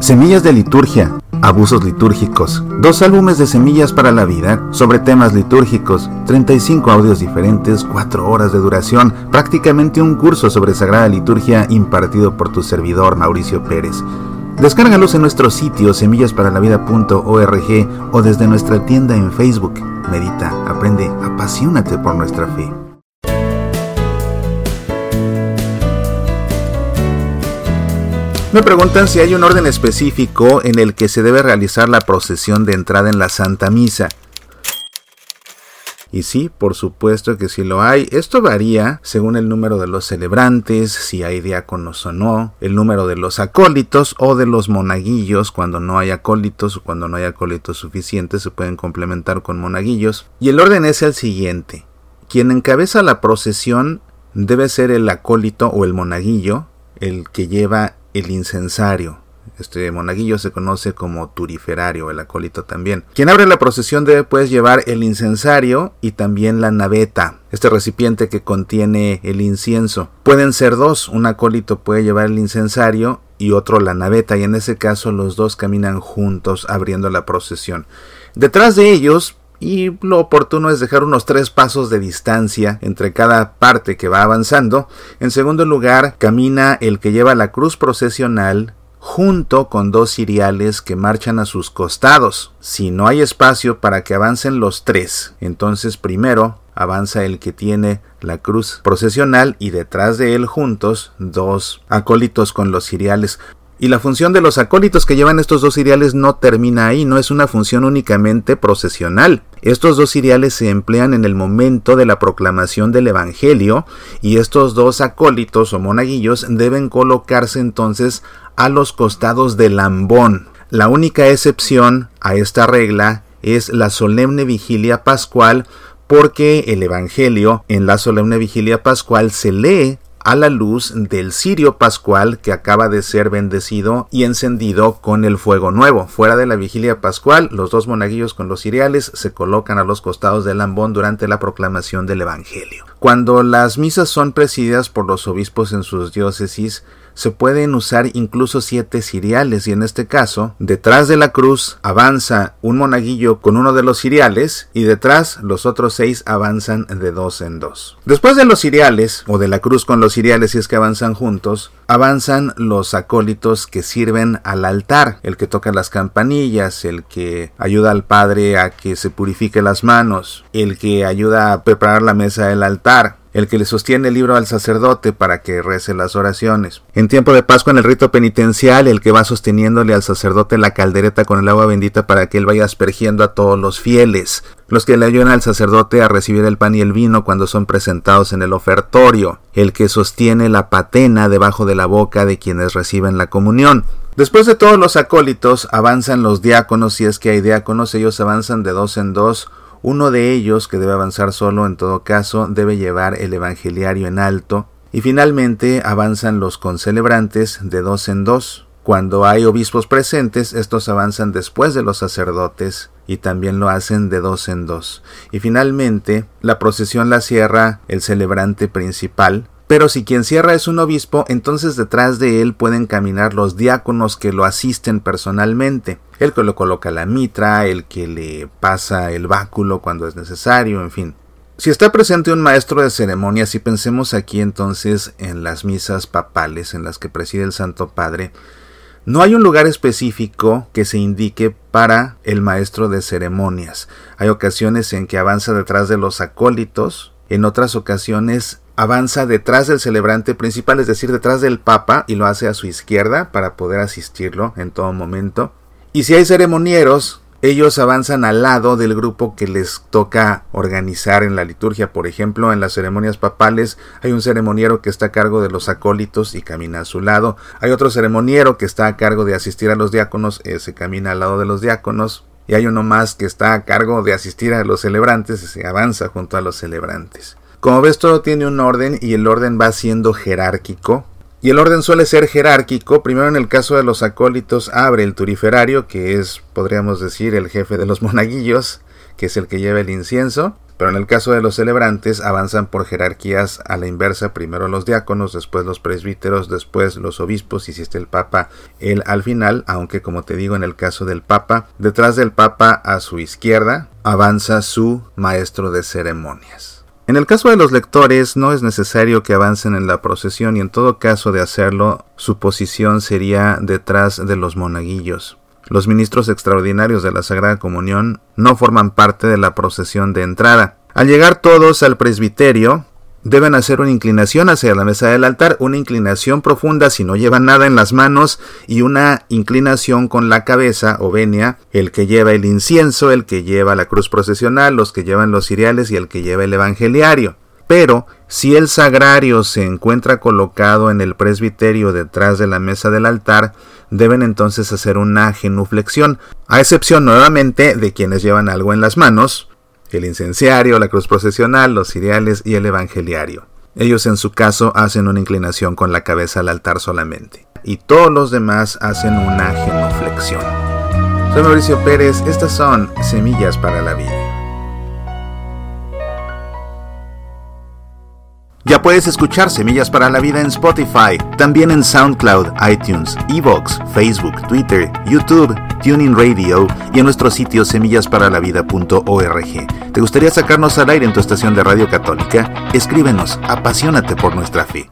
Semillas de liturgia, abusos litúrgicos, 2 álbumes de Semillas para la Vida sobre temas litúrgicos, 35 audios diferentes, 4 horas de duración, prácticamente un curso sobre Sagrada Liturgia impartido por tu servidor Mauricio Pérez. Descárgalos en nuestro sitio semillasparalavida.org o desde nuestra tienda en Facebook. Medita, aprende, apasionate por nuestra fe. Me preguntan si hay un orden específico en el que se debe realizar la procesión de entrada en la Santa Misa. Y sí, por supuesto que sí lo hay. Esto varía según el número de los celebrantes, si hay diáconos o no, el número de los acólitos o de los monaguillos. Cuando no hay acólitos o cuando no hay acólitos suficientes, se pueden complementar con monaguillos. Y el orden es el siguiente. Quien encabeza la procesión debe ser el acólito o el monaguillo, el que lleva el incensario. Este monaguillo se conoce como turiferario, el acólito también. Quien abre la procesión debe pues llevar el incensario y también la naveta, este recipiente que contiene el incienso. Pueden ser 2, un acólito puede llevar el incensario y otro la naveta, y en ese caso los 2 caminan juntos abriendo la procesión. Detrás de ellos, y lo oportuno es dejar unos 3 pasos de distancia entre cada parte que va avanzando. En segundo lugar, camina el que lleva la cruz procesional junto con 2 ciriales que marchan a sus costados. Si no hay espacio para que avancen los 3, entonces primero avanza el que tiene la cruz procesional y detrás de él juntos 2 acólitos con los ciriales. Y la función de los acólitos que llevan estos 2 ciriales no termina ahí, no es una función únicamente procesional. Estos 2 ciriales se emplean en el momento de la proclamación del Evangelio y estos 2 acólitos o monaguillos deben colocarse entonces a los costados del ambón. La única excepción a esta regla es la solemne vigilia pascual, porque el Evangelio en la solemne vigilia pascual se lee a la luz del cirio pascual que acaba de ser bendecido y encendido con el fuego nuevo. Fuera de la vigilia pascual, los 2 monaguillos con los ciriales se colocan a los costados del ambón durante la proclamación del Evangelio. Cuando las misas son presididas por los obispos en sus diócesis, se pueden usar incluso 7 ciriales, y en este caso, detrás de la cruz avanza un monaguillo con uno de los ciriales y detrás los otros 6 avanzan de 2 en 2. Después de los ciriales, o de la cruz con los ciriales si es que avanzan juntos, avanzan los acólitos que sirven al altar, el que toca las campanillas, el que ayuda al padre a que se purifique las manos, el que ayuda a preparar la mesa del altar, el que le sostiene el libro al sacerdote para que rece las oraciones. En tiempo de Pascua, en el rito penitencial, el que va sosteniéndole al sacerdote la caldereta con el agua bendita para que él vaya aspergiendo a todos los fieles. Los que le ayudan al sacerdote a recibir el pan y el vino cuando son presentados en el ofertorio. El que sostiene la patena debajo de la boca de quienes reciben la comunión. Después de todos los acólitos, avanzan los diáconos, si es que hay diáconos. Ellos avanzan de 2 en 2. Uno de ellos, que debe avanzar solo en todo caso, debe llevar el evangeliario en alto. Y finalmente avanzan los concelebrantes de 2 en 2. Cuando hay obispos presentes, estos avanzan después de los sacerdotes y también lo hacen de 2 en 2. Y finalmente, la procesión la cierra el celebrante principal. Pero si quien cierra es un obispo, entonces detrás de él pueden caminar los diáconos que lo asisten personalmente. El que le coloca la mitra, el que le pasa el báculo cuando es necesario, en fin. Si está presente un maestro de ceremonias, y pensemos aquí entonces en las misas papales en las que preside el Santo Padre, no hay un lugar específico que se indique para el maestro de ceremonias. Hay ocasiones en que avanza detrás de los acólitos, en otras ocasiones avanza detrás del celebrante principal, es decir, detrás del Papa, y lo hace a su izquierda para poder asistirlo en todo momento. Y si hay ceremonieros, ellos avanzan al lado del grupo que les toca organizar en la liturgia. Por ejemplo, en las ceremonias papales hay un ceremoniero que está a cargo de los acólitos y camina a su lado. Hay otro ceremoniero que está a cargo de asistir a los diáconos, ese camina al lado de los diáconos. Y hay uno más que está a cargo de asistir a los celebrantes, ese avanza junto a los celebrantes. Como ves, todo tiene un orden y el orden va siendo jerárquico. Y el orden suele ser jerárquico. Primero, en el caso de los acólitos, abre el turiferario, que es, podríamos decir, el jefe de los monaguillos, que es el que lleva el incienso. Pero en el caso de los celebrantes avanzan por jerarquías a la inversa, primero los diáconos, después los presbíteros, después los obispos y si está el papa, él al final, aunque como te digo en el caso del papa, detrás del papa a su izquierda avanza su maestro de ceremonias. En el caso de los lectores no es necesario que avancen en la procesión y en todo caso de hacerlo su posición sería detrás de los monaguillos. Los ministros extraordinarios de la Sagrada Comunión no forman parte de la procesión de entrada. Al llegar todos al presbiterio, deben hacer una inclinación hacia la mesa del altar, una inclinación profunda si no llevan nada en las manos y una inclinación con la cabeza o venia, el que lleva el incienso, el que lleva la cruz procesional, los que llevan los ciriales y el que lleva el evangeliario. Pero si el sagrario se encuentra colocado en el presbiterio detrás de la mesa del altar, deben entonces hacer una genuflexión, a excepción nuevamente de quienes llevan algo en las manos, el incenciario, la cruz procesional, los ciriales y el evangeliario. Ellos en su caso hacen una inclinación con la cabeza al altar solamente, y todos los demás hacen una genuflexión. Soy Mauricio Pérez, estas son Semillas para la Vida. Ya puedes escuchar Semillas para la Vida en Spotify, también en SoundCloud, iTunes, iVoox, Facebook, Twitter, YouTube, TuneIn Radio y en nuestro sitio semillasparalavida.org. ¿Te gustaría sacarnos al aire en tu estación de radio católica? Escríbenos, apasionate por nuestra fe.